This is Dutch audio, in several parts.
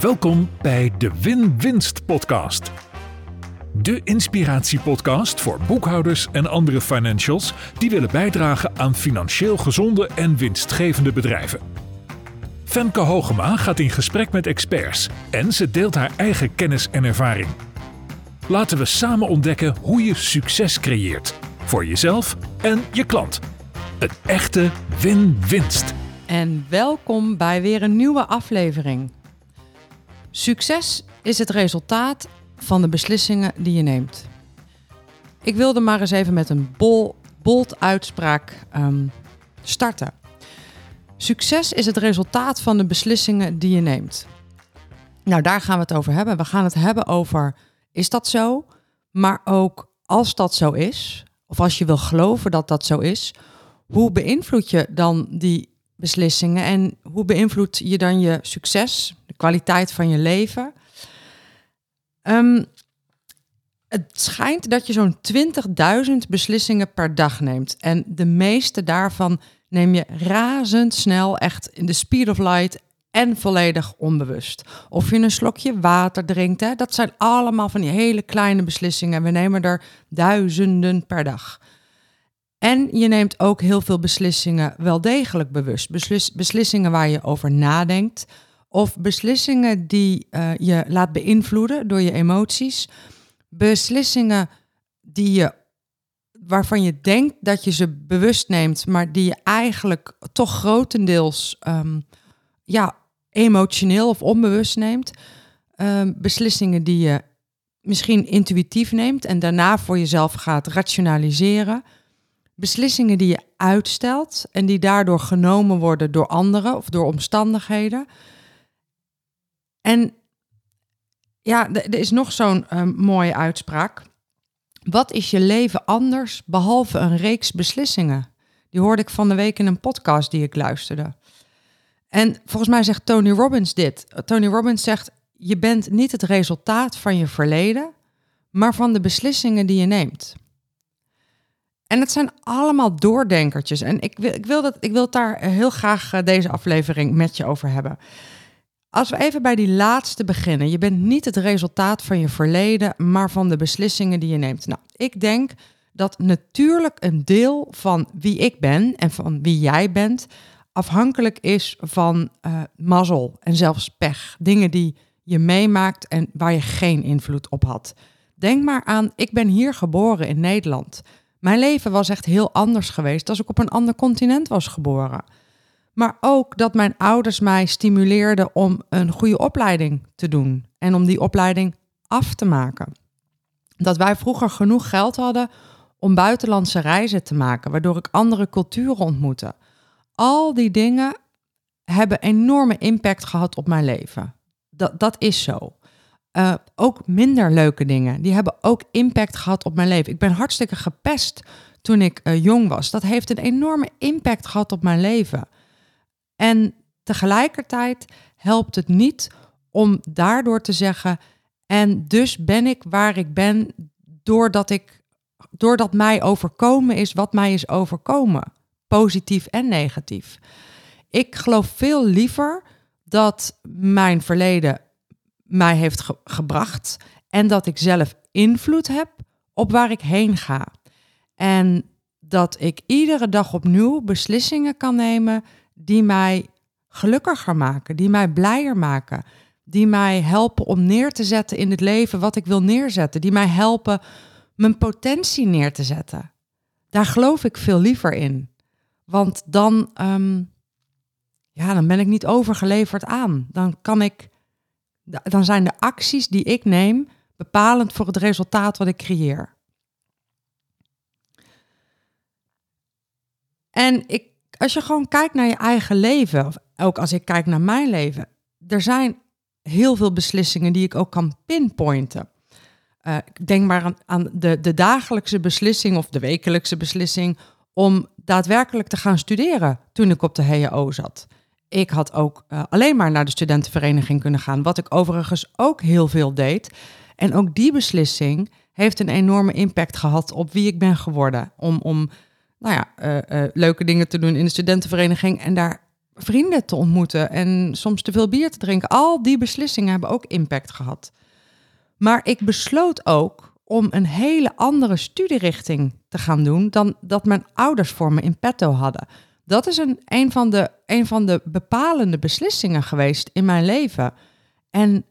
Welkom bij de Win-Winst podcast. De inspiratiepodcast voor boekhouders en andere financials die willen bijdragen aan financieel gezonde en winstgevende bedrijven. Femke Hogema gaat in gesprek met experts en ze deelt haar eigen kennis en ervaring. Laten we samen ontdekken hoe je succes creëert. Voor jezelf en je klant. Een echte win-winst. En welkom bij weer een nieuwe aflevering. Succes is het resultaat van de beslissingen die je neemt. Ik wilde maar eens even met een bold uitspraak starten. Succes is het resultaat van de beslissingen die je neemt. Nou, daar gaan we het over hebben. We gaan het hebben over, is dat zo? Maar ook als dat zo is, of als je wil geloven dat dat zo is, hoe beïnvloed je dan die beslissingen en hoe beïnvloed je dan je succes, de kwaliteit van je leven? Het schijnt dat je zo'n 20.000 beslissingen per dag neemt. En de meeste daarvan neem je razendsnel, echt in de speed of light en volledig onbewust. Of je een slokje water drinkt, hè, dat zijn allemaal van die hele kleine beslissingen. We nemen er duizenden per dag. En je neemt ook heel veel beslissingen wel degelijk bewust. Beslissingen waar je over nadenkt. Of beslissingen die je laat beïnvloeden door je emoties. Beslissingen waarvan je denkt dat je ze bewust neemt, maar die je eigenlijk toch grotendeels emotioneel of onbewust neemt. Beslissingen die je misschien intuïtief neemt en daarna voor jezelf gaat rationaliseren. Beslissingen die je uitstelt en die daardoor genomen worden door anderen of door omstandigheden. En ja, er is nog zo'n mooie uitspraak. Wat is je leven anders behalve een reeks beslissingen? Die hoorde ik van de week in een podcast die ik luisterde. En volgens mij zegt Tony Robbins dit. Tony Robbins zegt, je bent niet het resultaat van je verleden, maar van de beslissingen die je neemt. En het zijn allemaal doordenkertjes. En ik wil het daar heel graag deze aflevering met je over hebben. Als we even bij die laatste beginnen. Je bent niet het resultaat van je verleden, maar van de beslissingen die je neemt. Nou, ik denk dat natuurlijk een deel van wie ik ben en van wie jij bent afhankelijk is van mazzel en zelfs pech. Dingen die je meemaakt en waar je geen invloed op had. Denk maar aan, ik ben hier geboren in Nederland. Mijn leven was echt heel anders geweest als ik op een ander continent was geboren. Maar ook dat mijn ouders mij stimuleerden om een goede opleiding te doen en om die opleiding af te maken. Dat wij vroeger genoeg geld hadden om buitenlandse reizen te maken, waardoor ik andere culturen ontmoette. Al die dingen hebben enorme impact gehad op mijn leven. Dat is zo. Ook minder leuke dingen, die hebben ook impact gehad op mijn leven. Ik ben hartstikke gepest toen ik jong was. Dat heeft een enorme impact gehad op mijn leven. En tegelijkertijd helpt het niet om daardoor te zeggen, en dus ben ik waar ik ben doordat mij overkomen is wat mij is overkomen. Positief en negatief. Ik geloof veel liever dat mijn verleden mij heeft gebracht en dat ik zelf invloed heb op waar ik heen ga. En dat ik iedere dag opnieuw beslissingen kan nemen die mij gelukkiger maken, die mij blijer maken, die mij helpen om neer te zetten in het leven wat ik wil neerzetten, die mij helpen mijn potentie neer te zetten. Daar geloof ik veel liever in. Want dan ben ik niet overgeleverd aan. Dan zijn de acties die ik neem bepalend voor het resultaat wat ik creëer. En als je gewoon kijkt naar je eigen leven, of ook als ik kijk naar mijn leven, er zijn heel veel beslissingen die ik ook kan pinpointen. Ik denk maar aan de dagelijkse beslissing of de wekelijkse beslissing om daadwerkelijk te gaan studeren toen ik op de HAO zat. Ik had ook alleen maar naar de studentenvereniging kunnen gaan, wat ik overigens ook heel veel deed. En ook die beslissing heeft een enorme impact gehad op wie ik ben geworden. Om leuke dingen te doen in de studentenvereniging en daar vrienden te ontmoeten en soms te veel bier te drinken. Al die beslissingen hebben ook impact gehad. Maar ik besloot ook om een hele andere studierichting te gaan doen dan dat mijn ouders voor me in petto hadden. Dat is een van de bepalende beslissingen geweest in mijn leven. En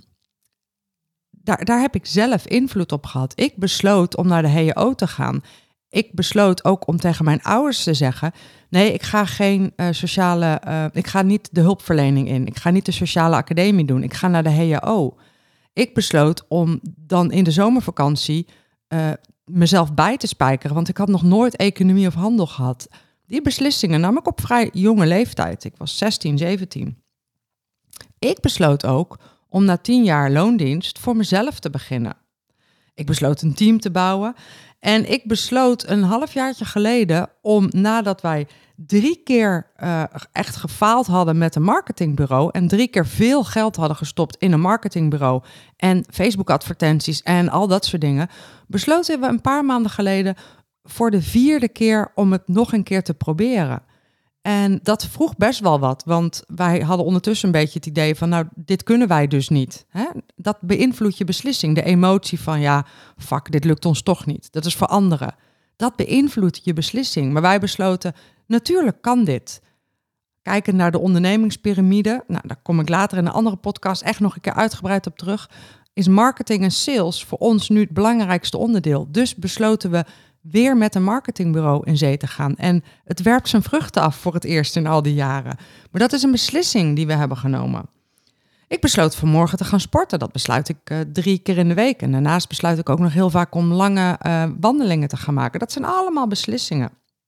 daar heb ik zelf invloed op gehad. Ik besloot om naar de HEO te gaan. Ik besloot ook om tegen mijn ouders te zeggen: nee, ik ga ik ga niet de hulpverlening in. Ik ga niet de sociale academie doen. Ik ga naar de HEO. Ik besloot om dan in de zomervakantie mezelf bij te spijkeren, want ik had nog nooit economie of handel gehad. Die beslissingen nam ik op vrij jonge leeftijd. Ik was 16, 17. Ik besloot ook om na 10 jaar loondienst voor mezelf te beginnen. Ik besloot een team te bouwen. En ik besloot een halfjaartje geleden om, nadat wij 3 keer echt gefaald hadden met een marketingbureau en 3 keer veel geld hadden gestopt in een marketingbureau en Facebook-advertenties en al dat soort dingen, besloten we een paar maanden geleden voor de 4e keer om het nog een keer te proberen. En dat vroeg best wel wat, want wij hadden ondertussen een beetje het idee van, nou, dit kunnen wij dus niet. Hè? Dat beïnvloedt je beslissing, de emotie van, ja, fuck, dit lukt ons toch niet. Dat is voor anderen. Dat beïnvloedt je beslissing. Maar wij besloten, natuurlijk kan dit. Kijkend naar de ondernemingspyramide, nou, daar kom ik later in een andere podcast echt nog een keer uitgebreid op terug, is marketing en sales voor ons nu het belangrijkste onderdeel. Dus besloten we weer met een marketingbureau in zee te gaan. En het werpt zijn vruchten af voor het eerst in al die jaren. Maar dat is een beslissing die we hebben genomen. Ik besloot vanmorgen te gaan sporten. Dat besluit ik 3 keer in de week. En daarnaast besluit ik ook nog heel vaak om lange wandelingen te gaan maken. Dat zijn allemaal beslissingen.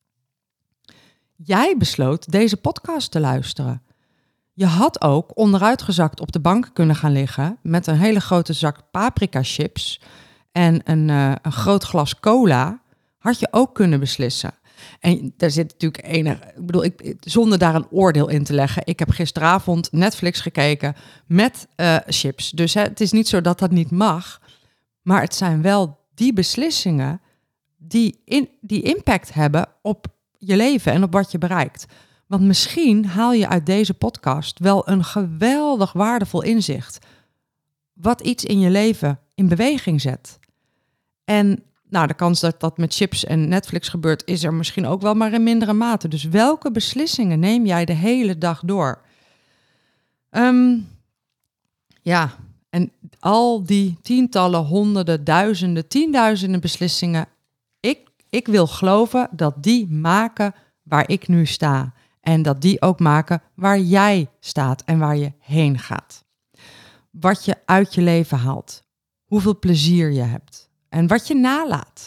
Jij besloot deze podcast te luisteren. Je had ook onderuitgezakt op de bank kunnen gaan liggen met een hele grote zak paprika chips en een groot glas cola. Had je ook kunnen beslissen. En daar zit natuurlijk zonder daar een oordeel in te leggen. Ik heb gisteravond Netflix gekeken met chips. Dus het is niet zo dat dat niet mag. Maar het zijn wel die beslissingen die impact hebben op je leven en op wat je bereikt. Want misschien haal je uit deze podcast wel een geweldig waardevol inzicht. Wat iets in je leven in beweging zet. En nou, de kans dat dat met chips en Netflix gebeurt, is er misschien ook wel, maar in mindere mate. Dus welke beslissingen neem jij de hele dag door? En al die tientallen, honderden, duizenden, 10.000 beslissingen. Ik wil geloven dat die maken waar ik nu sta. En dat die ook maken waar jij staat en waar je heen gaat. Wat je uit je leven haalt. Hoeveel plezier je hebt. En wat je nalaat.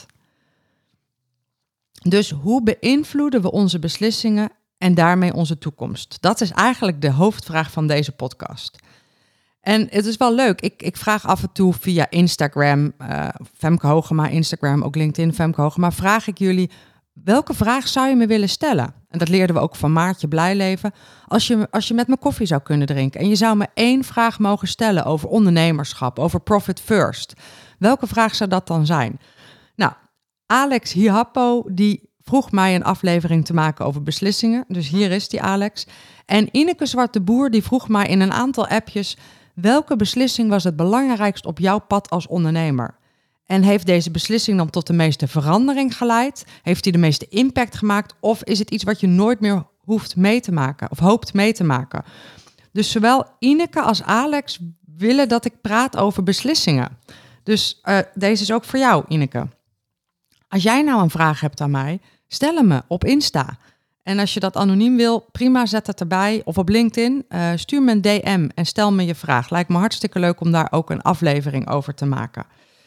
Dus hoe beïnvloeden we onze beslissingen en daarmee onze toekomst? Dat is eigenlijk de hoofdvraag van deze podcast. En het is wel leuk. Ik vraag af en toe via Instagram, Femke Hogema, Instagram, ook LinkedIn, Femke Hogema, vraag ik jullie, welke vraag zou je me willen stellen? En dat leerden we ook van Maartje Blijleven. Als je met me koffie zou kunnen drinken en je zou me 1 vraag mogen stellen over ondernemerschap, over profit first. Welke vraag zou dat dan zijn? Nou, Alex Hiappo, die vroeg mij een aflevering te maken over beslissingen. Dus hier is die, Alex. En Ineke Zwarte Boer, die vroeg mij in een aantal appjes, welke beslissing was het belangrijkst op jouw pad als ondernemer? En heeft deze beslissing dan tot de meeste verandering geleid? Heeft die de meeste impact gemaakt? Of is het iets wat je nooit meer hoeft mee te maken of hoopt mee te maken? Dus zowel Ineke als Alex willen dat ik praat over beslissingen. Dus deze is ook voor jou, Ineke. Als jij nou een vraag hebt aan mij, stel hem me op Insta. En als je dat anoniem wil, prima, zet het erbij. Of op LinkedIn, stuur me een DM en stel me je vraag. Lijkt me hartstikke leuk om daar ook een aflevering over te maken.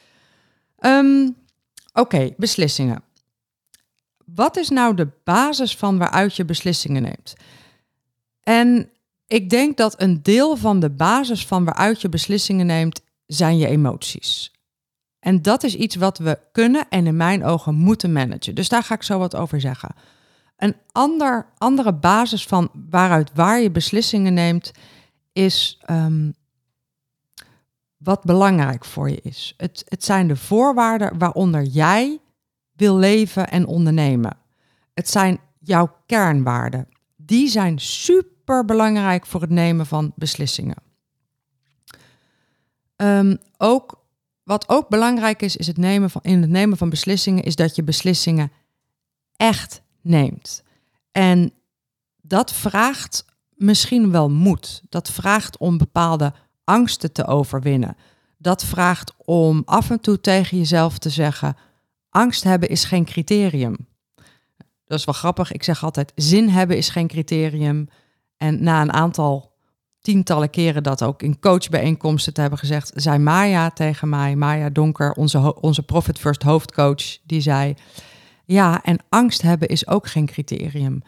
Oké, beslissingen. Wat is nou de basis van waaruit je beslissingen neemt? En ik denk dat een deel van de basis van waaruit je beslissingen neemt, zijn je emoties. En dat is iets wat we kunnen en in mijn ogen moeten managen. Dus daar ga ik zo wat over zeggen. Een andere basis van waar je beslissingen neemt, is wat belangrijk voor je is. Het zijn de voorwaarden waaronder jij wil leven en ondernemen. Het zijn jouw kernwaarden. die zijn super belangrijk voor het nemen van beslissingen. Wat ook belangrijk is in het nemen van beslissingen, is dat je beslissingen echt neemt. En dat vraagt misschien wel moed. Dat vraagt om bepaalde angsten te overwinnen. Dat vraagt om af en toe tegen jezelf te zeggen: angst hebben is geen criterium. Dat is wel grappig. Ik zeg altijd: zin hebben is geen criterium. En na een aantal tientallen keren dat ook in coachbijeenkomsten te hebben gezegd, zei Maya tegen mij, Maya Donker, onze Profit First hoofdcoach, die zei: ja, en angst hebben is ook geen criterium.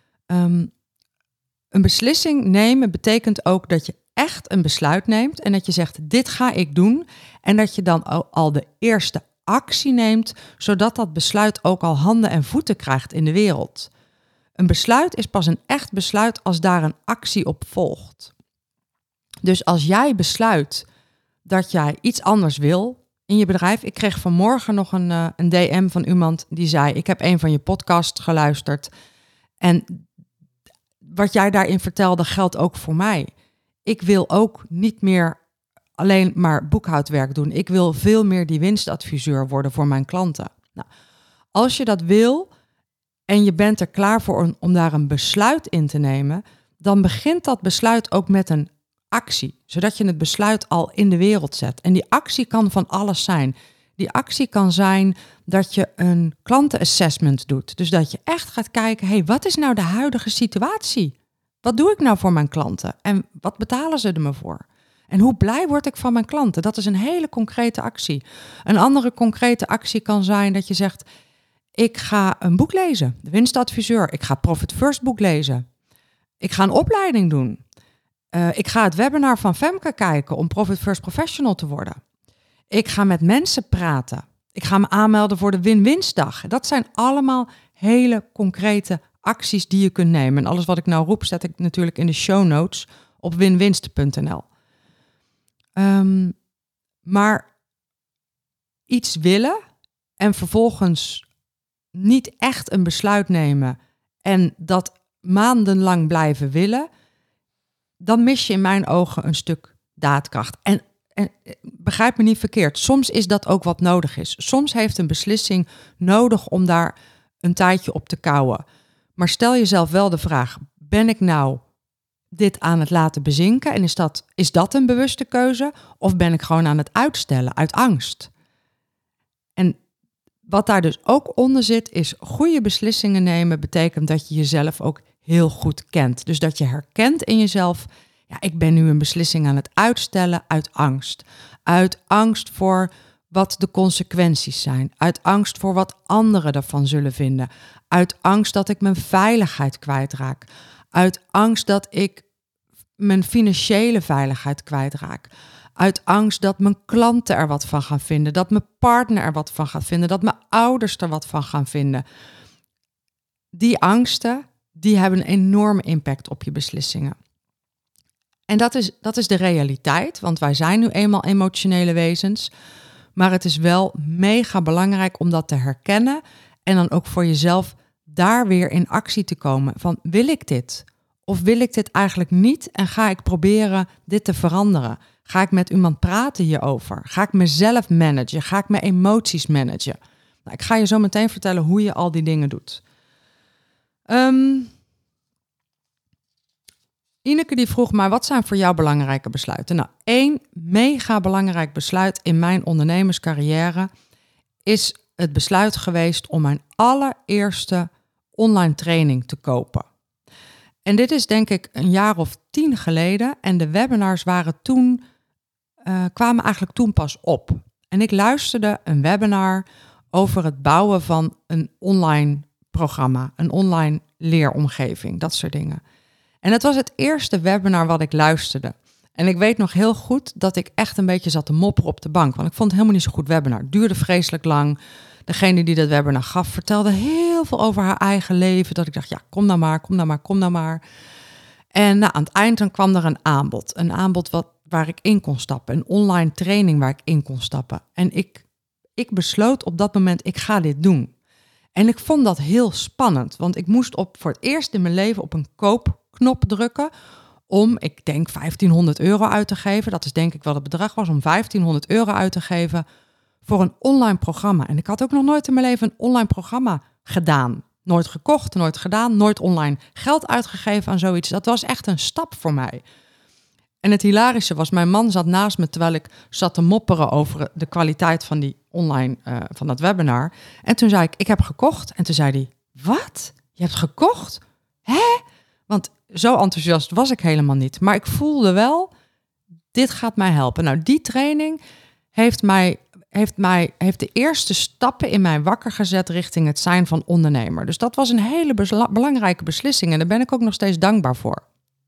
Een beslissing nemen betekent ook dat je echt een besluit neemt en dat je zegt: dit ga ik doen. En dat je dan al de eerste actie neemt, zodat dat besluit ook al handen en voeten krijgt in de wereld. Een besluit is pas een echt besluit als daar een actie op volgt. Dus als jij besluit dat jij iets anders wil in je bedrijf. Ik kreeg vanmorgen nog een DM van iemand die zei: ik heb een van je podcasts geluisterd. En wat jij daarin vertelde geldt ook voor mij. Ik wil ook niet meer alleen maar boekhoudwerk doen. Ik wil veel meer die winstadviseur worden voor mijn klanten. Nou, als je dat wil en je bent er klaar voor om daar een besluit in te nemen, dan begint dat besluit ook met een actie, zodat je het besluit al in de wereld zet. En die actie kan van alles zijn. Die actie kan zijn dat je een klantenassessment doet. Dus dat je echt gaat kijken: hey, wat is nou de huidige situatie? Wat doe ik nou voor mijn klanten? En wat betalen ze er me voor? En hoe blij word ik van mijn klanten? Dat is een hele concrete actie. Een andere concrete actie kan zijn dat je zegt: ik ga een boek lezen, de winstadviseur. Ik ga Profit First boek lezen. Ik ga een opleiding doen. Ik ga het webinar van Femke kijken om Profit First Professional te worden. Ik ga met mensen praten. Ik ga me aanmelden voor de Win-Winstdag. Dat zijn allemaal hele concrete acties die je kunt nemen. En alles wat ik nou roep, zet ik natuurlijk in de show notes op winwinst.nl. Maar iets willen en vervolgens niet echt een besluit nemen en dat maandenlang blijven willen, dan mis je in mijn ogen een stuk daadkracht. En begrijp me niet verkeerd, soms is dat ook wat nodig is. Soms heeft een beslissing nodig om daar een tijdje op te kouwen. Maar stel jezelf wel de vraag: ben ik nou dit aan het laten bezinken? En is dat een bewuste keuze? Of ben ik gewoon aan het uitstellen uit angst? En wat daar dus ook onder zit, is goede beslissingen nemen betekent dat je jezelf ook heel goed kent. Dus dat je herkent in jezelf: ja, ik ben nu een beslissing aan het uitstellen uit angst. Uit angst voor wat de consequenties zijn. Uit angst voor wat anderen ervan zullen vinden. Uit angst dat ik mijn veiligheid kwijtraak. Uit angst dat ik mijn financiële veiligheid kwijtraak. Uit angst dat mijn klanten er wat van gaan vinden. Dat mijn partner er wat van gaat vinden. Dat mijn ouders er wat van gaan vinden. Die angsten, die hebben een enorme impact op je beslissingen. En dat is de realiteit, want wij zijn nu eenmaal emotionele wezens. Maar het is wel mega belangrijk om dat te herkennen en dan ook voor jezelf daar weer in actie te komen. Van: wil ik dit? Of wil ik dit eigenlijk niet en ga ik proberen dit te veranderen? Ga ik met iemand praten hierover? Ga ik mezelf managen? Ga ik mijn emoties managen? Nou, ik ga je zo meteen vertellen hoe je al die dingen doet. Ineke die vroeg mij: wat zijn voor jou belangrijke besluiten? Nou, 1 mega belangrijk besluit in mijn ondernemerscarrière is het besluit geweest om mijn allereerste online training te kopen. En dit is denk ik een jaar of 10 geleden en de webinars kwamen eigenlijk toen pas op. En ik luisterde een webinar over het bouwen van een online programma, een online leeromgeving, dat soort dingen. En het was het eerste webinar wat ik luisterde. En ik weet nog heel goed dat ik echt een beetje zat te mopperen op de bank. Want ik vond het helemaal niet zo goed webinar. Het duurde vreselijk lang. Degene die dat webinar gaf vertelde heel veel over haar eigen leven. Dat ik dacht: ja, kom nou maar. En aan het eind dan kwam er een aanbod. Een aanbod waar ik in kon stappen. Een online training waar ik in kon stappen. En ik besloot op dat moment: ik ga dit doen. En ik vond dat heel spannend, want ik moest voor het eerst in mijn leven op een koopknop drukken om, ik denk, €1.500 uit te geven. Dat is denk ik wat het bedrag was, om €1.500 uit te geven voor een online programma. En ik had ook nog nooit in mijn leven een online programma gedaan. Nooit gekocht, nooit gedaan, nooit online geld uitgegeven aan zoiets. Dat was echt een stap voor mij. En het hilarische was, mijn man zat naast me terwijl ik zat te mopperen over de kwaliteit van die online, van dat webinar. En toen zei ik heb gekocht. En toen zei hij, wat? Je hebt gekocht? Hè? Want zo enthousiast was ik helemaal niet. Maar ik voelde wel, dit gaat mij helpen. Nou, die training heeft de eerste stappen in mij wakker gezet richting het zijn van ondernemer. Dus dat was een hele belangrijke beslissing. En daar ben ik ook nog steeds dankbaar voor.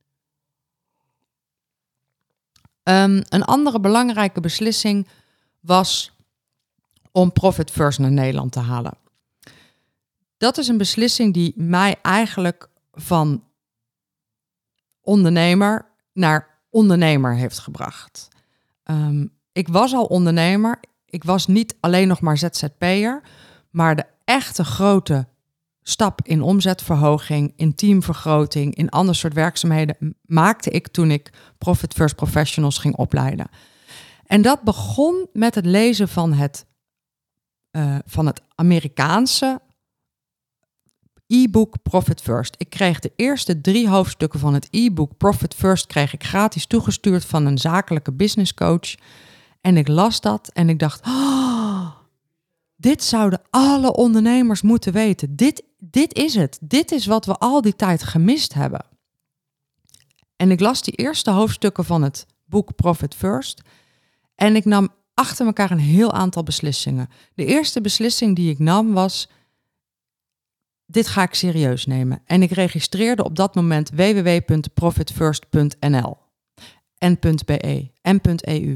Een andere belangrijke beslissing was om Profit First naar Nederland te halen. Dat is een beslissing die mij eigenlijk van ondernemer naar ondernemer heeft gebracht. Ik was al ondernemer. Ik was niet alleen nog maar ZZP'er, maar de echte grote stap in omzetverhoging, in teamvergroting, in ander soort werkzaamheden maakte ik toen ik Profit First Professionals ging opleiden. En dat begon met het lezen van het Amerikaanse e-book Profit First. Ik kreeg de eerste 3 hoofdstukken van het e-book Profit First kreeg ik gratis toegestuurd van een zakelijke business coach. En ik las dat en ik dacht, dit zouden alle ondernemers moeten weten. Dit is het. Dit is wat we al die tijd gemist hebben. En ik las die eerste hoofdstukken van het boek Profit First. En ik nam achter elkaar een heel aantal beslissingen. De eerste beslissing die ik nam was, dit ga ik serieus nemen. En ik registreerde op dat moment www.profitfirst.nl en .be en .eu.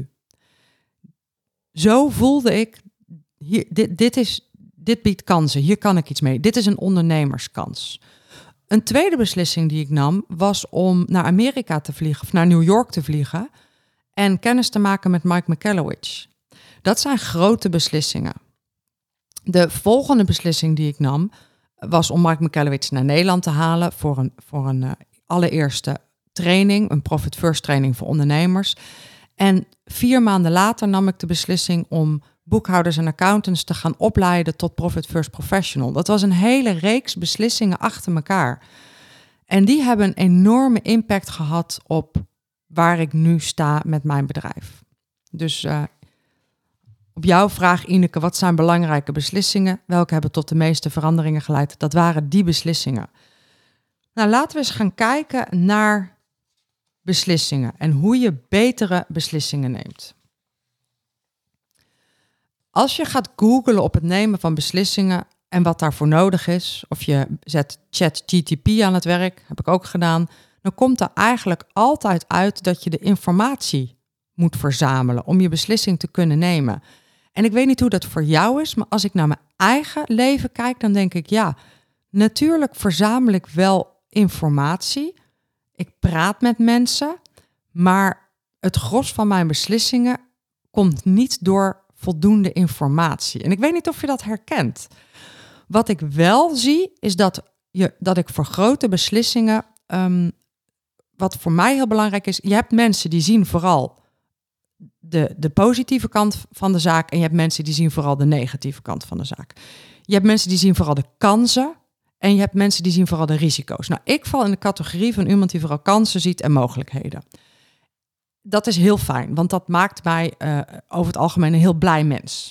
Zo voelde ik, dit biedt kansen, hier kan ik iets mee. Dit is een ondernemerskans. Een tweede beslissing die ik nam was om naar Amerika te vliegen, of naar New York te vliegen en kennis te maken met Mike Michalowicz. Dat zijn grote beslissingen. De volgende beslissing die ik nam was om Mike Michalowicz naar Nederland te halen voor een allereerste training, een Profit First training voor ondernemers. En 4 maanden later nam ik de beslissing om boekhouders en accountants te gaan opleiden tot Profit First Professional. Dat was een hele reeks beslissingen achter elkaar. En die hebben een enorme impact gehad op waar ik nu sta met mijn bedrijf. Dus op jouw vraag, Ineke, wat zijn belangrijke beslissingen? Welke hebben tot de meeste veranderingen geleid? Dat waren die beslissingen. Nou, laten we eens gaan kijken naar beslissingen en hoe je betere beslissingen neemt. Als je gaat googlen op het nemen van beslissingen en wat daarvoor nodig is, of je zet ChatGPT aan het werk, heb ik ook gedaan, dan komt er eigenlijk altijd uit dat je de informatie moet verzamelen om je beslissing te kunnen nemen. En ik weet niet hoe dat voor jou is, maar als ik naar mijn eigen leven kijk, dan denk ik, ja, natuurlijk verzamel ik wel informatie. Ik praat met mensen, maar het gros van mijn beslissingen komt niet door voldoende informatie. En ik weet niet of je dat herkent. Wat ik wel zie, is dat ik voor grote beslissingen, wat voor mij heel belangrijk is, je hebt mensen die zien vooral de positieve kant van de zaak en je hebt mensen die zien vooral de negatieve kant van de zaak. Je hebt mensen die zien vooral de kansen en je hebt mensen die zien vooral de risico's. Nou, ik val in de categorie van iemand die vooral kansen ziet en mogelijkheden. Dat is heel fijn, want dat maakt mij over het algemeen een heel blij mens.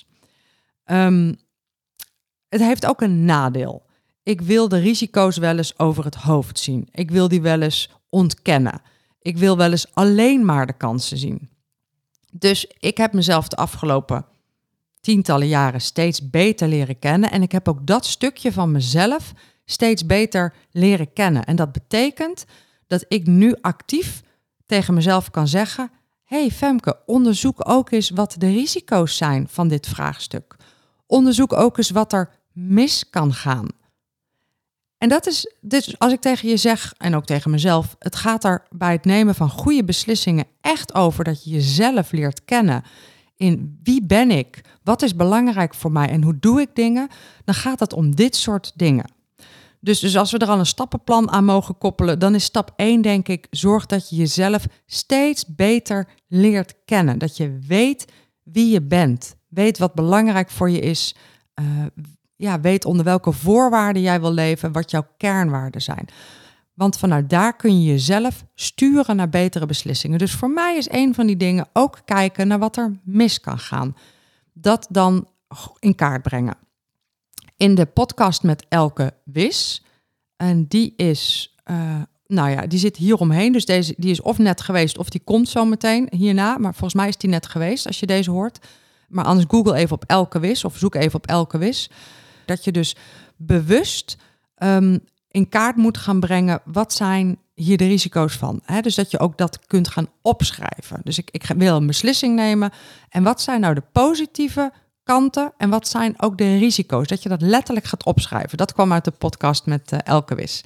Het heeft ook een nadeel. Ik wil de risico's wel eens over het hoofd zien. Ik wil die wel eens ontkennen. Ik wil wel eens alleen maar de kansen zien. Dus ik heb mezelf de afgelopen tientallen jaren steeds beter leren kennen. En ik heb ook dat stukje van mezelf steeds beter leren kennen. En dat betekent dat ik nu actief tegen mezelf kan zeggen, hey Femke, onderzoek ook eens wat de risico's zijn van dit vraagstuk. Onderzoek ook eens wat er mis kan gaan. En dat is, dus als ik tegen je zeg, en ook tegen mezelf, het gaat er bij het nemen van goede beslissingen echt over dat je jezelf leert kennen in wie ben ik, wat is belangrijk voor mij en hoe doe ik dingen, dan gaat het om dit soort dingen. Dus als we er al een stappenplan aan mogen koppelen, dan is stap 1 denk ik, zorg dat je jezelf steeds beter leert kennen. Dat je weet wie je bent, weet wat belangrijk voor je is, weet onder welke voorwaarden jij wil leven, wat jouw kernwaarden zijn. Want vanuit daar kun je jezelf sturen naar betere beslissingen. Dus voor mij is een van die dingen ook kijken naar wat er mis kan gaan. Dat dan in kaart brengen. In de podcast met Elke Wis, en die is, die zit hier omheen. Dus die is of net geweest of die komt zo meteen hierna. Maar volgens mij is die net geweest als je deze hoort. Maar anders Google even op Elke Wis of zoek even op Elke Wis. Dat je dus bewust in kaart moet gaan brengen, wat zijn hier de risico's van? Dus dat je ook dat kunt gaan opschrijven. Dus ik wil een beslissing nemen. En wat zijn nou de positieve kanten en wat zijn ook de risico's? Dat je dat letterlijk gaat opschrijven. Dat kwam uit de podcast met Elke Wis.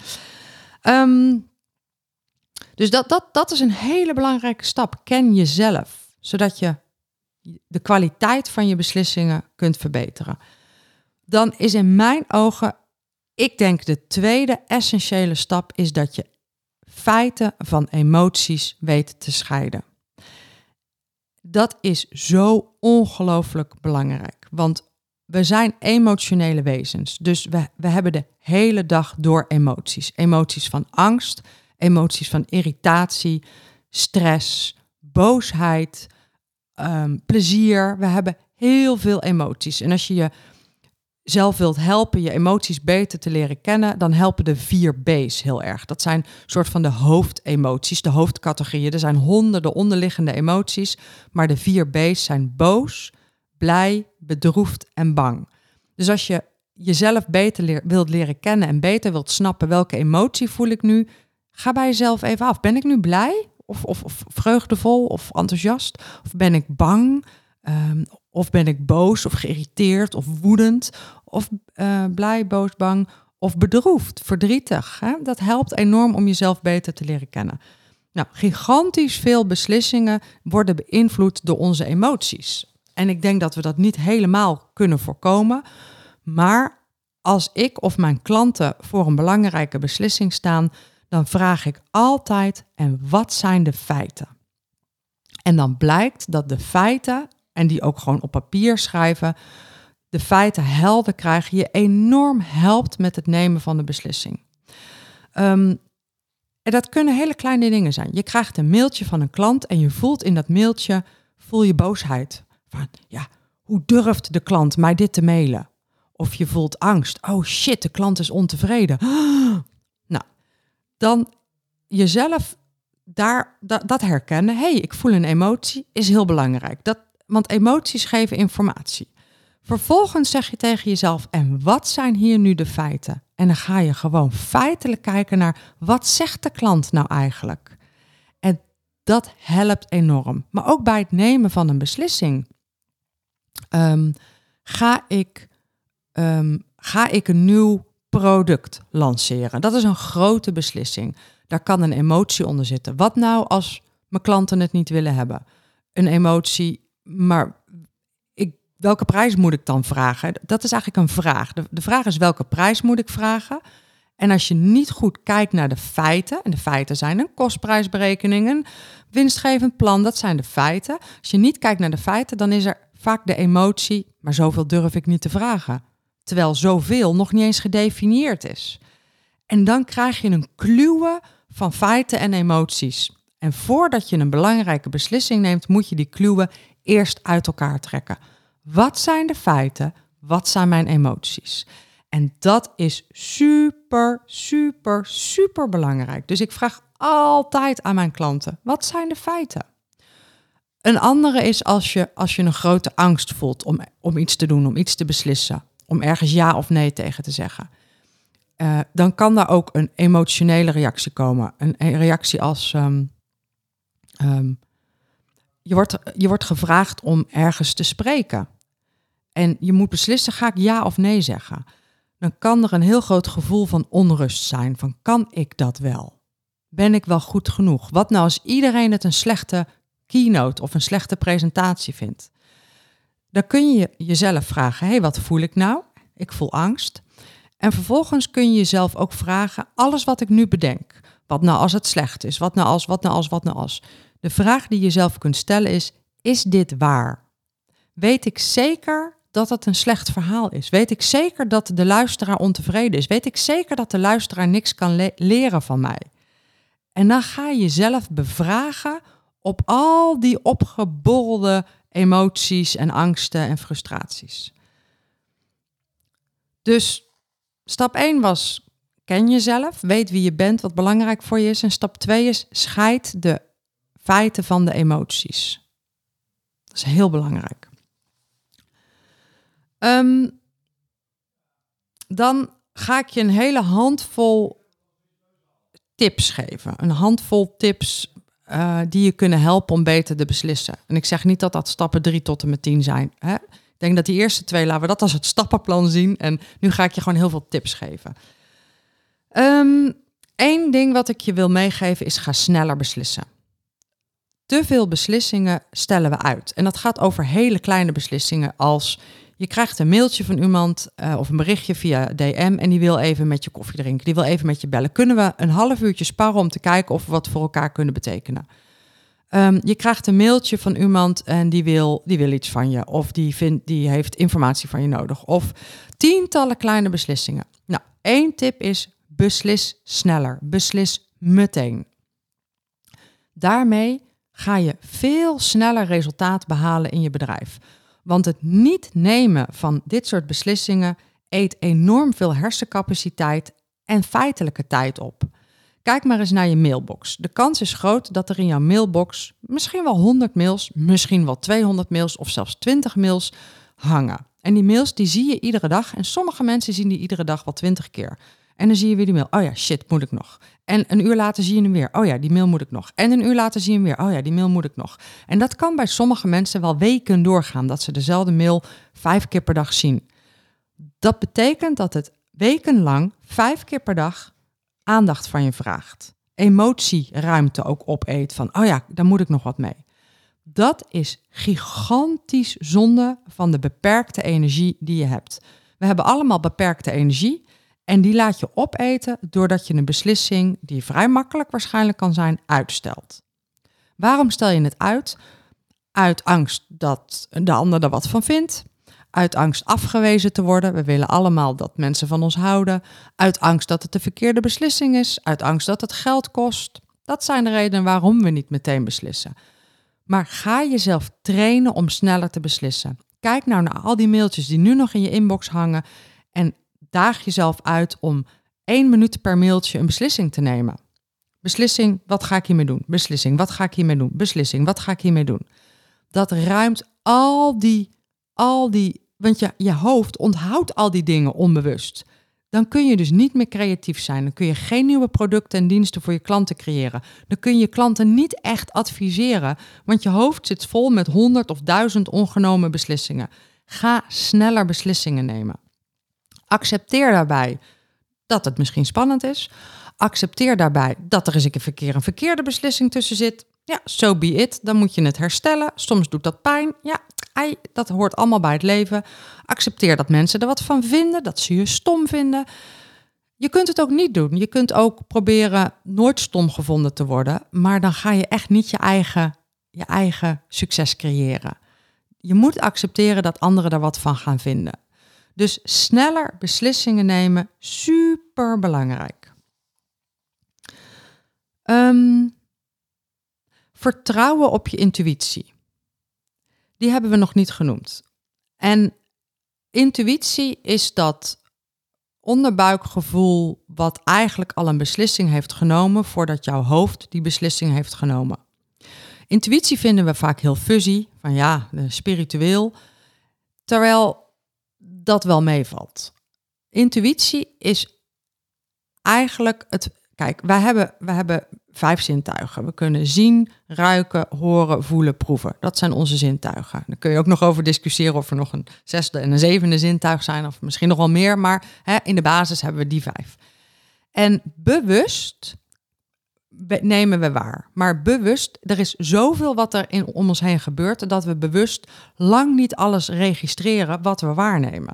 Dus dat is een hele belangrijke stap. Ken jezelf, zodat je de kwaliteit van je beslissingen kunt verbeteren. Dan is in mijn ogen, ik denk de tweede essentiële stap is dat je feiten van emoties weet te scheiden. Dat is zo ongelooflijk belangrijk, want we zijn emotionele wezens. Dus we hebben de hele dag door emoties. Emoties van angst, emoties van irritatie, stress, boosheid, plezier. We hebben heel veel emoties. En als je jezelf wilt helpen je emoties beter te leren kennen, dan helpen de 4 B's heel erg. Dat zijn soort van de hoofdemoties, de hoofdcategorieën. Er zijn honderden onderliggende emoties, maar de 4 B's zijn boos, blij, bedroefd en bang. Dus als je jezelf beter wilt leren kennen en beter wilt snappen welke emotie voel ik nu, ga bij jezelf even af. Ben ik nu blij of vreugdevol of enthousiast? Of ben ik bang? Of ben ik boos of geïrriteerd of woedend? Of blij, boos, bang of bedroefd, verdrietig? Hè? Dat helpt enorm om jezelf beter te leren kennen. Nou, gigantisch veel beslissingen worden beïnvloed door onze emoties. En ik denk dat we dat niet helemaal kunnen voorkomen. Maar als ik of mijn klanten voor een belangrijke beslissing staan, dan vraag ik altijd, en wat zijn de feiten? En dan blijkt dat de feiten, en die ook gewoon op papier schrijven, de feiten helder krijgen, je enorm helpt met het nemen van de beslissing. En dat kunnen hele kleine dingen zijn. Je krijgt een mailtje van een klant en je voelt in dat mailtje, voel je boosheid. Van, ja, hoe durft de klant mij dit te mailen? Of je voelt angst. Oh shit, de klant is ontevreden. Nou, dan jezelf dat herkennen. Hey, ik voel een emotie, is heel belangrijk. Want emoties geven informatie. Vervolgens zeg je tegen jezelf, en wat zijn hier nu de feiten? En dan ga je gewoon feitelijk kijken naar, wat zegt de klant nou eigenlijk? En dat helpt enorm. Maar ook bij het nemen van een beslissing. Ga ik een nieuw product lanceren? Dat is een grote beslissing. Daar kan een emotie onder zitten. Wat nou als mijn klanten het niet willen hebben? Een emotie, maar welke prijs moet ik dan vragen? Dat is eigenlijk een vraag. De vraag is, welke prijs moet ik vragen? En als je niet goed kijkt naar de feiten, en de feiten zijn een kostprijsberekening, een winstgevend plan, dat zijn de feiten. Als je niet kijkt naar de feiten, dan is er vaak de emotie, maar zoveel durf ik niet te vragen. Terwijl zoveel nog niet eens gedefinieerd is. En dan krijg je een kluwen van feiten en emoties. En voordat je een belangrijke beslissing neemt, moet je die kluwen eerst uit elkaar trekken. Wat zijn de feiten? Wat zijn mijn emoties? En dat is super, super, super belangrijk. Dus ik vraag altijd aan mijn klanten, wat zijn de feiten? Een andere is als je een grote angst voelt om iets te doen, om iets te beslissen, om ergens ja of nee tegen te zeggen. Dan kan daar ook een emotionele reactie komen. Een reactie als je wordt gevraagd om ergens te spreken. En je moet beslissen, ga ik ja of nee zeggen? Dan kan er een heel groot gevoel van onrust zijn. Van, kan ik dat wel? Ben ik wel goed genoeg? Wat nou als iedereen het een slechte keynote of een slechte presentatie vindt? Dan kun je jezelf vragen, hé, wat voel ik nou? Ik voel angst. En vervolgens kun je jezelf ook vragen, alles wat ik nu bedenk, wat nou als het slecht is, wat nou als. De vraag die je zelf kunt stellen is dit waar? Weet ik zeker dat het een slecht verhaal is? Weet ik zeker dat de luisteraar ontevreden is? Weet ik zeker dat de luisteraar niks kan leren van mij? En dan ga je jezelf bevragen op al die opgeborrelde emoties en angsten en frustraties. Dus stap 1 was, ken jezelf, weet wie je bent, wat belangrijk voor je is. En stap 2 is, scheid de feiten van de emoties. Dat is heel belangrijk. Dan ga ik je een hele handvol tips geven. Een handvol tips die je kunnen helpen om beter te beslissen. En ik zeg niet dat dat stappen 3 tot en met 10 zijn. Hè? Ik denk dat die eerste 2, laten we dat als het stappenplan zien. En nu ga ik je gewoon heel veel tips geven. 1 ding wat ik je wil meegeven is, ga sneller beslissen. Te veel beslissingen stellen we uit. En dat gaat over hele kleine beslissingen als je krijgt een mailtje van iemand of een berichtje via DM en die wil even met je koffie drinken. Die wil even met je bellen. Kunnen we een half uurtje sparren om te kijken of we wat voor elkaar kunnen betekenen? Je krijgt een mailtje van iemand en die wil iets van je. Of die heeft informatie van je nodig. Of tientallen kleine beslissingen. Nou, 1 tip is, beslis sneller. Beslis meteen. Daarmee ga je veel sneller resultaat behalen in je bedrijf. Want het niet nemen van dit soort beslissingen eet enorm veel hersencapaciteit en feitelijke tijd op. Kijk maar eens naar je mailbox. De kans is groot dat er in jouw mailbox misschien wel 100 mails, misschien wel 200 mails of zelfs 20 mails hangen. En die mails die zie je iedere dag en sommige mensen zien die iedere dag wel 20 keer. En dan zie je weer die mail. Oh ja, shit, moet ik nog. En een uur later zie je hem weer. Oh ja, die mail moet ik nog. En een uur later zie je hem weer. Oh ja, die mail moet ik nog. En dat kan bij sommige mensen wel weken doorgaan, dat ze dezelfde mail 5 keer per dag zien. Dat betekent dat het wekenlang 5 keer per dag aandacht van je vraagt. Emotieruimte ook opeet van, oh ja, daar moet ik nog wat mee. Dat is gigantisch zonde van de beperkte energie die je hebt. We hebben allemaal beperkte energie en die laat je opeten doordat je een beslissing, die vrij makkelijk waarschijnlijk kan zijn, uitstelt. Waarom stel je het uit? Uit angst dat de ander er wat van vindt. Uit angst afgewezen te worden. We willen allemaal dat mensen van ons houden. Uit angst dat het de verkeerde beslissing is. Uit angst dat het geld kost. Dat zijn de redenen waarom we niet meteen beslissen. Maar ga jezelf trainen om sneller te beslissen. Kijk nou naar al die mailtjes die nu nog in je inbox hangen en daag jezelf uit om 1 minuut per mailtje een beslissing te nemen. Beslissing, wat ga ik hiermee doen? Beslissing, wat ga ik hiermee doen? Beslissing, wat ga ik hiermee doen? Dat ruimt al die, want je hoofd onthoudt al die dingen onbewust. Dan kun je dus niet meer creatief zijn. Dan kun je geen nieuwe producten en diensten voor je klanten creëren. Dan kun je klanten niet echt adviseren, want je hoofd zit vol met 100 of 1000 ongenomen beslissingen. Ga sneller beslissingen nemen. Accepteer daarbij dat het misschien spannend is. Accepteer daarbij dat er eens een keer een verkeerde beslissing tussen zit. Ja, so be it. Dan moet je het herstellen. Soms doet dat pijn. Ja, dat hoort allemaal bij het leven. Accepteer dat mensen er wat van vinden, dat ze je stom vinden. Je kunt het ook niet doen. Je kunt ook proberen nooit stom gevonden te worden, maar dan ga je echt niet je eigen succes creëren. Je moet accepteren dat anderen er wat van gaan vinden. Dus sneller beslissingen nemen, super belangrijk. Vertrouwen op je intuïtie. Die hebben we nog niet genoemd. En intuïtie is dat onderbuikgevoel wat eigenlijk al een beslissing heeft genomen voordat jouw hoofd die beslissing heeft genomen. Intuïtie vinden we vaak heel fuzzy, van ja, spiritueel, terwijl dat wel meevalt. Intuïtie is eigenlijk Kijk, wij hebben 5 zintuigen. We kunnen zien, ruiken, horen, voelen, proeven. Dat zijn onze zintuigen. Daar kun je ook nog over discussiëren of er nog een 6e en een 7e zintuig zijn, of misschien nog wel meer, maar in de basis hebben we die 5. En bewust nemen we waar. Maar bewust, er is zoveel wat er om ons heen gebeurt, dat we bewust lang niet alles registreren wat we waarnemen.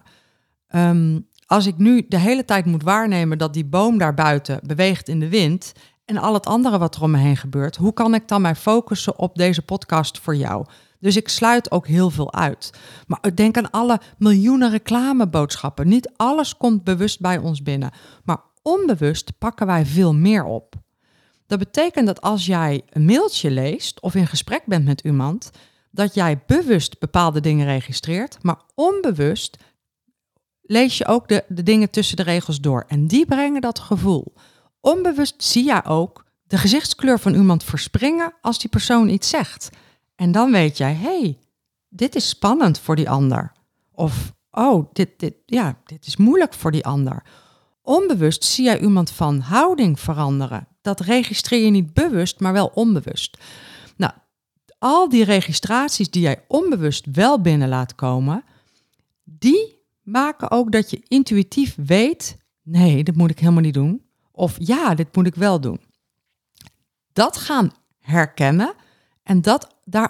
Als ik nu de hele tijd moet waarnemen dat die boom daar buiten beweegt in de wind en al het andere wat er om me heen gebeurt, hoe kan ik dan mij focussen op deze podcast voor jou? Dus ik sluit ook heel veel uit. Maar denk aan alle miljoenen reclameboodschappen. Niet alles komt bewust bij ons binnen. Maar onbewust pakken wij veel meer op. Dat betekent dat als jij een mailtje leest of in gesprek bent met iemand, dat jij bewust bepaalde dingen registreert, maar onbewust lees je ook de dingen tussen de regels door. En die brengen dat gevoel. Onbewust zie jij ook de gezichtskleur van iemand verspringen als die persoon iets zegt. En dan weet jij, hey, dit is spannend voor die ander. Of, oh, dit is moeilijk voor die ander. Onbewust zie jij iemand van houding veranderen. Dat registreer je niet bewust, maar wel onbewust. Nou, al die registraties die jij onbewust wel binnen laat komen, die maken ook dat je intuïtief weet, nee, dat moet ik helemaal niet doen. Of ja, dit moet ik wel doen. Dat gaan herkennen en dat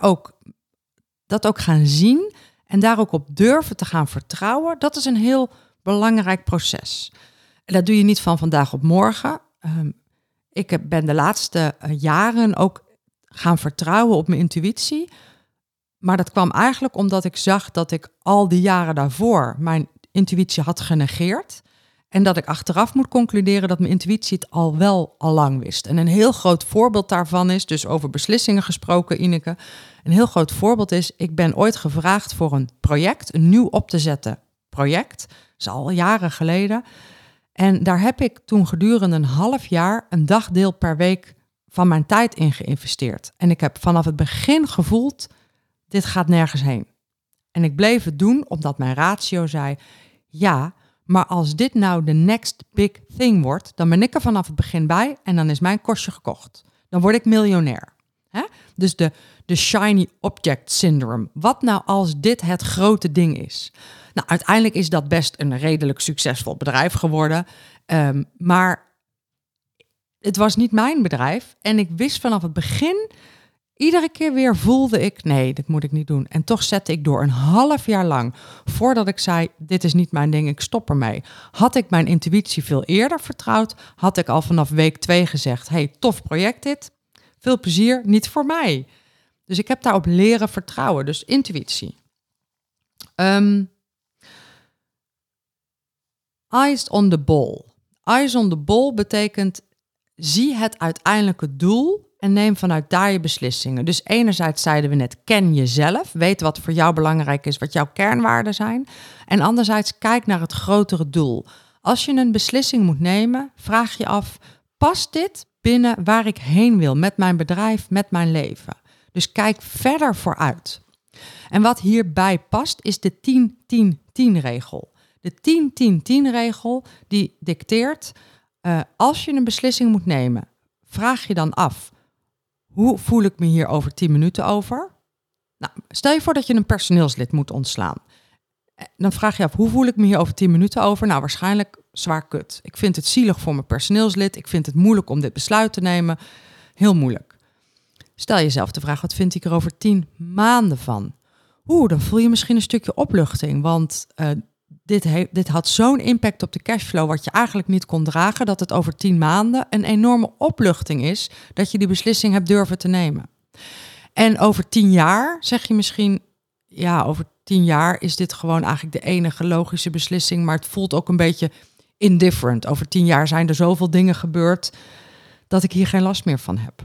ook gaan zien en daar ook op durven te gaan vertrouwen, dat is een heel belangrijk proces. En dat doe je niet van vandaag op morgen. Ik ben de laatste jaren ook gaan vertrouwen op mijn intuïtie. Maar dat kwam eigenlijk omdat ik zag dat ik al die jaren daarvoor mijn intuïtie had genegeerd. En dat ik achteraf moet concluderen dat mijn intuïtie het al lang wist. En een heel groot voorbeeld daarvan is, dus over beslissingen gesproken, Ineke. Een heel groot voorbeeld is, ik ben ooit gevraagd voor een project, een nieuw op te zetten project. Dat is al jaren geleden. En daar heb ik toen gedurende een half jaar een dagdeel per week van mijn tijd in geïnvesteerd. En ik heb vanaf het begin gevoeld, dit gaat nergens heen. En ik bleef het doen omdat mijn ratio zei, ja, maar als dit nou de next big thing wordt, dan ben ik er vanaf het begin bij en dan is mijn kostje gekocht. Dan word ik miljonair. Hè? Dus de shiny object syndrome. Wat nou als dit het grote ding is? Nou, uiteindelijk is dat best een redelijk succesvol bedrijf geworden. Maar het was niet mijn bedrijf. En ik wist vanaf het begin, iedere keer weer voelde ik, nee, dit moet ik niet doen. En toch zette ik door een half jaar lang, voordat ik zei, dit is niet mijn ding, ik stop ermee. Had ik mijn intuïtie veel eerder vertrouwd, had ik al vanaf week 2 gezegd, hey, tof project dit, veel plezier, niet voor mij. Dus ik heb daarop leren vertrouwen, dus intuïtie. Eyes on the ball. Eyes on the ball betekent, zie het uiteindelijke doel en neem vanuit daar je beslissingen. Dus enerzijds zeiden we net, ken jezelf, weet wat voor jou belangrijk is, wat jouw kernwaarden zijn. En anderzijds, kijk naar het grotere doel. Als je een beslissing moet nemen, vraag je af, past dit binnen waar ik heen wil met mijn bedrijf, met mijn leven? Dus kijk verder vooruit. En wat hierbij past, is de 10-10-10-regel. De 10-10-10-regel die dicteert, als je een beslissing moet nemen, vraag je dan af, hoe voel ik me hier over 10 minuten over? Nou, stel je voor dat je een personeelslid moet ontslaan. Dan vraag je af, hoe voel ik me hier over 10 minuten over? Nou, waarschijnlijk zwaar kut. Ik vind het zielig voor mijn personeelslid. Ik vind het moeilijk om dit besluit te nemen. Heel moeilijk. Stel jezelf de vraag, wat vind ik er over 10 maanden van? Dan voel je misschien een stukje opluchting, want dit had zo'n impact op de cashflow wat je eigenlijk niet kon dragen, dat het over 10 maanden een enorme opluchting is dat je die beslissing hebt durven te nemen. En over 10 jaar zeg je misschien, ja, over 10 jaar is dit gewoon eigenlijk de enige logische beslissing, maar het voelt ook een beetje indifferent. Over 10 jaar zijn er zoveel dingen gebeurd dat ik hier geen last meer van heb.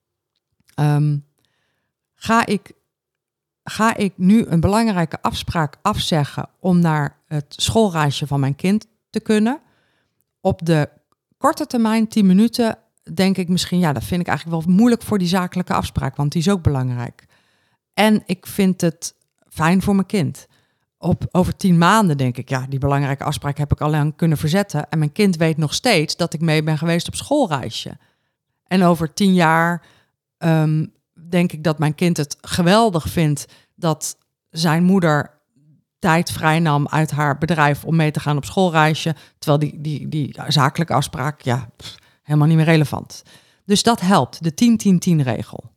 Ga ik nu een belangrijke afspraak afzeggen om naar het schoolreisje van mijn kind te kunnen? Op de korte termijn, 10 minuten, denk ik misschien, ja, dat vind ik eigenlijk wel moeilijk voor die zakelijke afspraak, want die is ook belangrijk. En ik vind het fijn voor mijn kind. Over 10 maanden denk ik, ja, die belangrijke afspraak heb ik al lang kunnen verzetten. En mijn kind weet nog steeds dat ik mee ben geweest op schoolreisje. En over 10 jaar denk ik dat mijn kind het geweldig vindt dat zijn moeder tijd vrij nam uit haar bedrijf om mee te gaan op schoolreisje, terwijl die zakelijke afspraak, ja, helemaal niet meer relevant. Dus dat helpt, de 10-10-10 regel.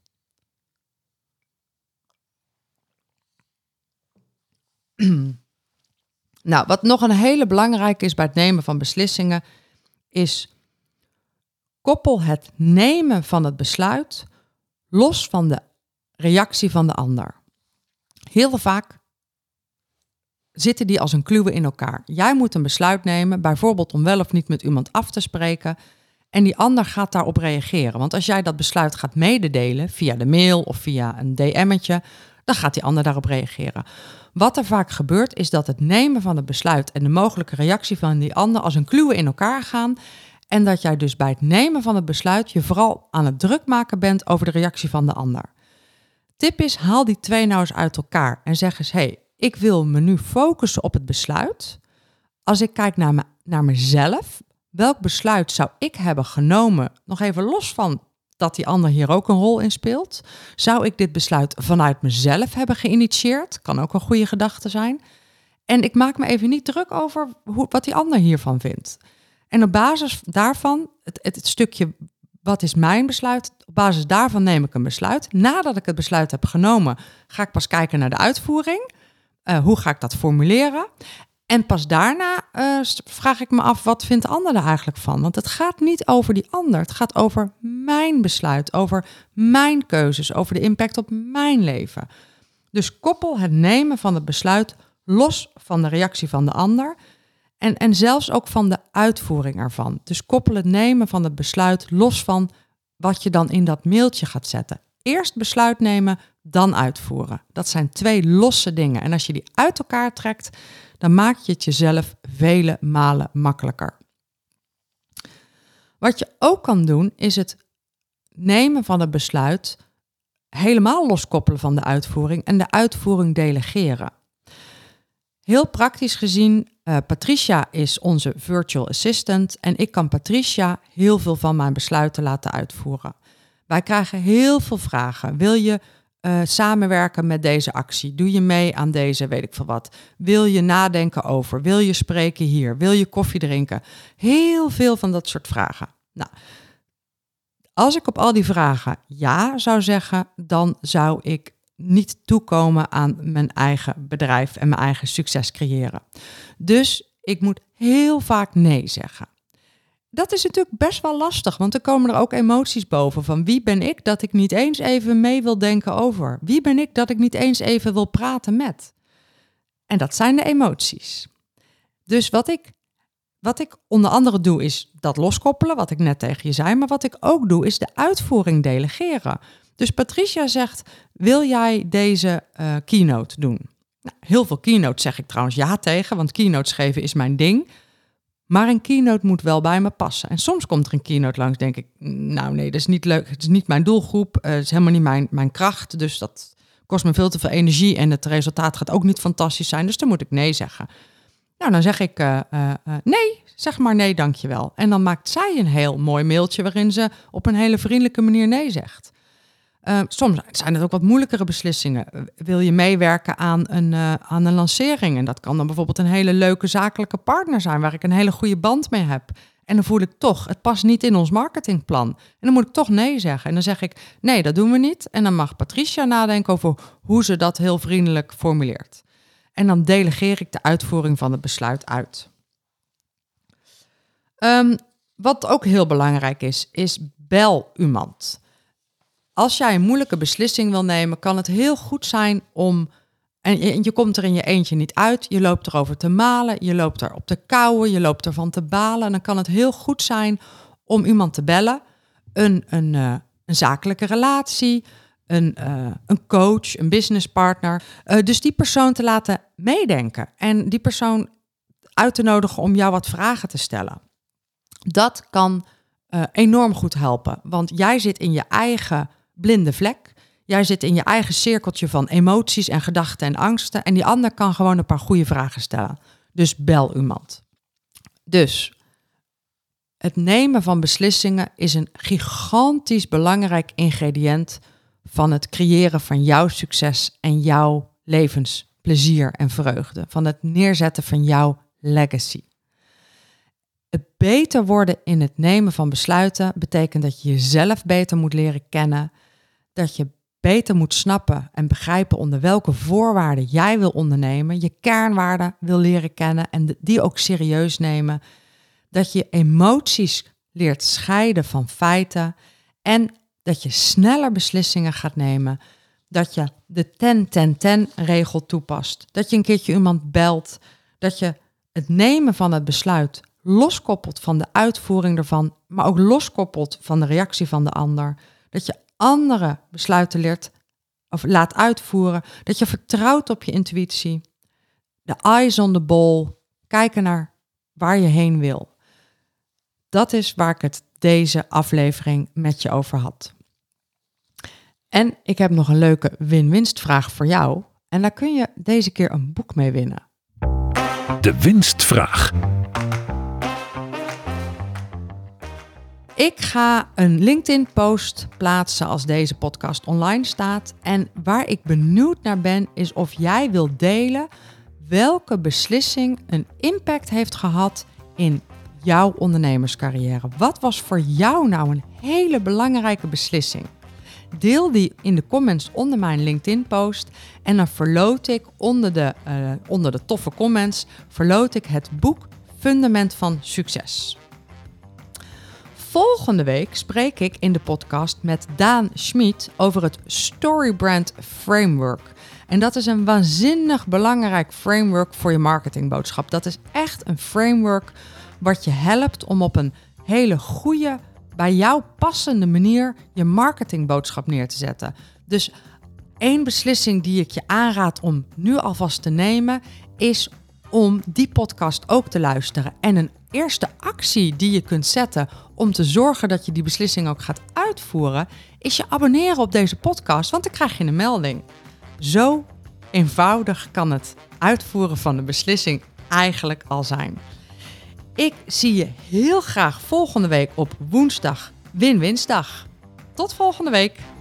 Nou, wat nog een hele belangrijke is bij het nemen van beslissingen, is koppel het nemen van het besluit los van de reactie van de ander. Heel vaak zitten die als een kluwen in elkaar. Jij moet een besluit nemen, bijvoorbeeld om wel of niet met iemand af te spreken, en die ander gaat daarop reageren. Want als jij dat besluit gaat mededelen via de mail of via een DM'tje, dan gaat die ander daarop reageren. Wat er vaak gebeurt, is dat het nemen van het besluit en de mogelijke reactie van die ander als een kluwen in elkaar gaan. En dat jij dus bij het nemen van het besluit je vooral aan het druk maken bent over de reactie van de ander. Tip is, haal die twee nou eens uit elkaar en zeg eens, ik wil me nu focussen op het besluit. Als ik kijk naar mezelf, welk besluit zou ik hebben genomen, nog even los van dat die ander hier ook een rol in speelt? Zou ik dit besluit vanuit mezelf hebben geïnitieerd? Kan ook een goede gedachte zijn. En ik maak me even niet druk over wat die ander hiervan vindt. En op basis daarvan, het stukje wat is mijn besluit, op basis daarvan neem ik een besluit. Nadat ik het besluit heb genomen, ga ik pas kijken naar de uitvoering. Hoe ga ik dat formuleren? En pas daarna vraag ik me af, wat vindt de ander er eigenlijk van? Want het gaat niet over die ander. Het gaat over mijn besluit, over mijn keuzes, over de impact op mijn leven. Dus koppel het nemen van het besluit los van de reactie van de ander. En zelfs ook van de uitvoering ervan. Dus koppel het nemen van het besluit los van wat je dan in dat mailtje gaat zetten. Eerst besluit nemen, dan uitvoeren. Dat zijn twee losse dingen. En als je die uit elkaar trekt, dan maak je het jezelf vele malen makkelijker. Wat je ook kan doen, is het nemen van het besluit helemaal loskoppelen van de uitvoering en de uitvoering delegeren. Heel praktisch gezien, Patricia is onze virtual assistant en ik kan Patricia heel veel van mijn besluiten laten uitvoeren. Wij krijgen heel veel vragen. Wil je samenwerken met deze actie? Doe je mee aan deze, weet ik veel wat? Wil je nadenken over? Wil je spreken hier? Wil je koffie drinken? Heel veel van dat soort vragen. Nou, als ik op al die vragen ja zou zeggen, dan zou ik niet toekomen aan mijn eigen bedrijf en mijn eigen succes creëren. Dus ik moet heel vaak nee zeggen. Dat is natuurlijk best wel lastig, want er komen er ook emoties boven van wie ben ik dat ik niet eens even mee wil denken over? Wie ben ik dat ik niet eens even wil praten met? En dat zijn de emoties. Dus wat ik onder andere doe is dat loskoppelen, wat ik net tegen je zei, maar wat ik ook doe is de uitvoering delegeren. Dus Patricia zegt, wil jij deze keynote doen? Nou, heel veel keynotes zeg ik trouwens ja tegen, want keynotes geven is mijn ding. Maar een keynote moet wel bij me passen. En soms komt er een keynote langs, denk ik, nou nee, dat is niet leuk. Het is niet mijn doelgroep, het is helemaal niet mijn kracht. Dus dat kost me veel te veel energie en het resultaat gaat ook niet fantastisch zijn. Dus dan moet ik nee zeggen. Nou, dan zeg ik nee, zeg maar nee, dankjewel. En dan maakt zij een heel mooi mailtje waarin ze op een hele vriendelijke manier nee zegt. Soms zijn het ook wat moeilijkere beslissingen. Wil je meewerken aan een lancering? En dat kan dan bijvoorbeeld een hele leuke zakelijke partner zijn, waar ik een hele goede band mee heb. En dan voel ik toch, het past niet in ons marketingplan. En dan moet ik toch nee zeggen. En dan zeg ik, nee, dat doen we niet. En dan mag Patricia nadenken over hoe ze dat heel vriendelijk formuleert. En dan delegeer ik de uitvoering van het besluit uit. Wat ook heel belangrijk is bel iemand. Als jij een moeilijke beslissing wil nemen, kan het heel goed zijn om... En je komt er in je eentje niet uit, je loopt erover te malen, je loopt er op te kauwen, je loopt ervan te balen. En dan kan het heel goed zijn om iemand te bellen, een zakelijke relatie, een coach, een businesspartner. Dus die persoon te laten meedenken en die persoon uit te nodigen om jou wat vragen te stellen. Dat kan enorm goed helpen, want jij zit in je eigen blinde vlek. Jij zit in je eigen cirkeltje van emoties en gedachten en angsten. En die ander kan gewoon een paar goede vragen stellen. Dus bel iemand. Dus het nemen van beslissingen is een gigantisch belangrijk ingrediënt van het creëren van jouw succes en jouw levensplezier en vreugde. Van het neerzetten van jouw legacy. Het beter worden in het nemen van besluiten betekent dat je jezelf beter moet leren kennen. Dat je beter moet snappen en begrijpen onder welke voorwaarden jij wil ondernemen. Je kernwaarden wil leren kennen en die ook serieus nemen. Dat je emoties leert scheiden van feiten. En dat je sneller beslissingen gaat nemen. Dat je de 10-10-10-regel toepast. Dat je een keertje iemand belt. Dat je het nemen van het besluit loskoppelt van de uitvoering ervan, maar ook loskoppelt van de reactie van de ander. Dat je andere besluiten leert of laat uitvoeren. Dat je vertrouwt op je intuïtie. De eyes on the ball. Kijken naar waar je heen wil. Dat is waar ik het deze aflevering met je over had. En ik heb nog een leuke win-winstvraag voor jou. En daar kun je deze keer een boek mee winnen. De winstvraag. Ik ga een LinkedIn-post plaatsen als deze podcast online staat. En waar ik benieuwd naar ben, is of jij wilt delen welke beslissing een impact heeft gehad in jouw ondernemerscarrière. Wat was voor jou nou een hele belangrijke beslissing? Deel die in de comments onder mijn LinkedIn-post en dan verloot ik onder de toffe comments verloot ik het boek Fundament van Succes. Volgende week spreek ik in de podcast met Daan Schmid over het Storybrand Framework. En dat is een waanzinnig belangrijk framework voor je marketingboodschap. Dat is echt een framework wat je helpt om op een hele goede, bij jou passende manier je marketingboodschap neer te zetten. Dus één beslissing die ik je aanraad om nu alvast te nemen, is om die podcast ook te luisteren. En een eerste actie die je kunt zetten om te zorgen dat je die beslissing ook gaat uitvoeren, is je abonneren op deze podcast, want dan krijg je een melding. Zo eenvoudig kan het uitvoeren van de beslissing eigenlijk al zijn. Ik zie je heel graag volgende week op woensdag, Win-Winsdag. Tot volgende week.